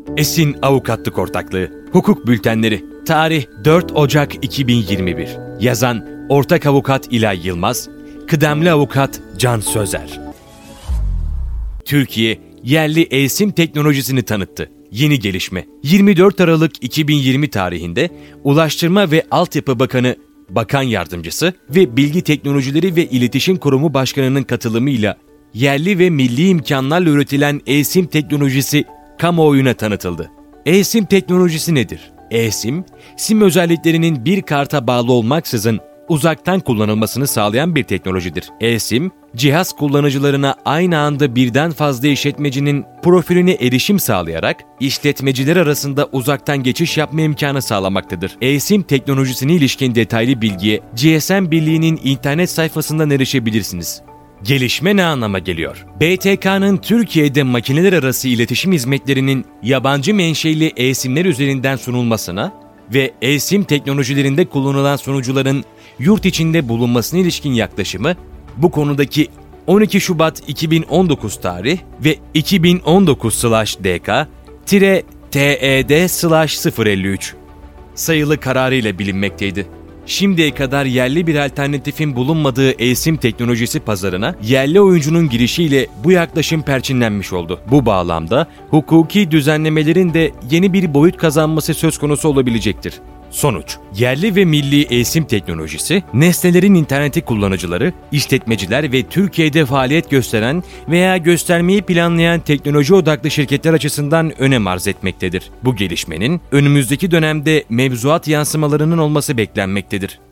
Esin Avukatlık Ortaklığı. Hukuk Bültenleri. Tarih 4 Ocak 2021. Yazan Ortak Avukat İlay Yılmaz. Kıdemli Avukat Can Sözer. Türkiye yerli eSIM teknolojisini tanıttı. Yeni gelişme. 24 Aralık 2020 tarihinde Ulaştırma ve Altyapı Bakanı, Bakan Yardımcısı ve Bilgi Teknolojileri ve İletişim Kurumu Başkanı'nın katılımıyla yerli ve milli imkanlarla üretilen eSIM teknolojisi kamuoyuna tanıtıldı. eSIM teknolojisi nedir? eSIM, SIM özelliklerinin bir karta bağlı olmaksızın uzaktan kullanılmasını sağlayan bir teknolojidir. eSIM, cihaz kullanıcılarına aynı anda birden fazla işletmecinin profiline erişim sağlayarak işletmeciler arasında uzaktan geçiş yapma imkanı sağlamaktadır. eSIM teknolojisine ilişkin detaylı bilgiye GSM Birliği'nin internet sayfasından erişebilirsiniz. Gelişme ne anlama geliyor? BTK'nın Türkiye'de makineler arası iletişim hizmetlerinin yabancı menşeli eSIM'ler üzerinden sunulmasına ve eSIM teknolojilerinde kullanılan sunucuların yurt içinde bulunmasına ilişkin yaklaşımı, bu konudaki 12 Şubat 2019 tarih ve 2019/DK-TED/053 sayılı kararıyla bilinmekteydi. Şimdiye kadar yerli bir alternatifin bulunmadığı eSIM teknolojisi pazarına yerli oyuncunun girişiyle bu yaklaşım perçinlenmiş oldu. Bu bağlamda hukuki düzenlemelerin de yeni bir boyut kazanması söz konusu olabilecektir. Sonuç: yerli ve milli eSIM teknolojisi, nesnelerin interneti kullanıcıları, işletmeciler ve Türkiye'de faaliyet gösteren veya göstermeyi planlayan teknoloji odaklı şirketler açısından önem arz etmektedir. Bu gelişmenin önümüzdeki dönemde mevzuat yansımalarının olması beklenmektedir.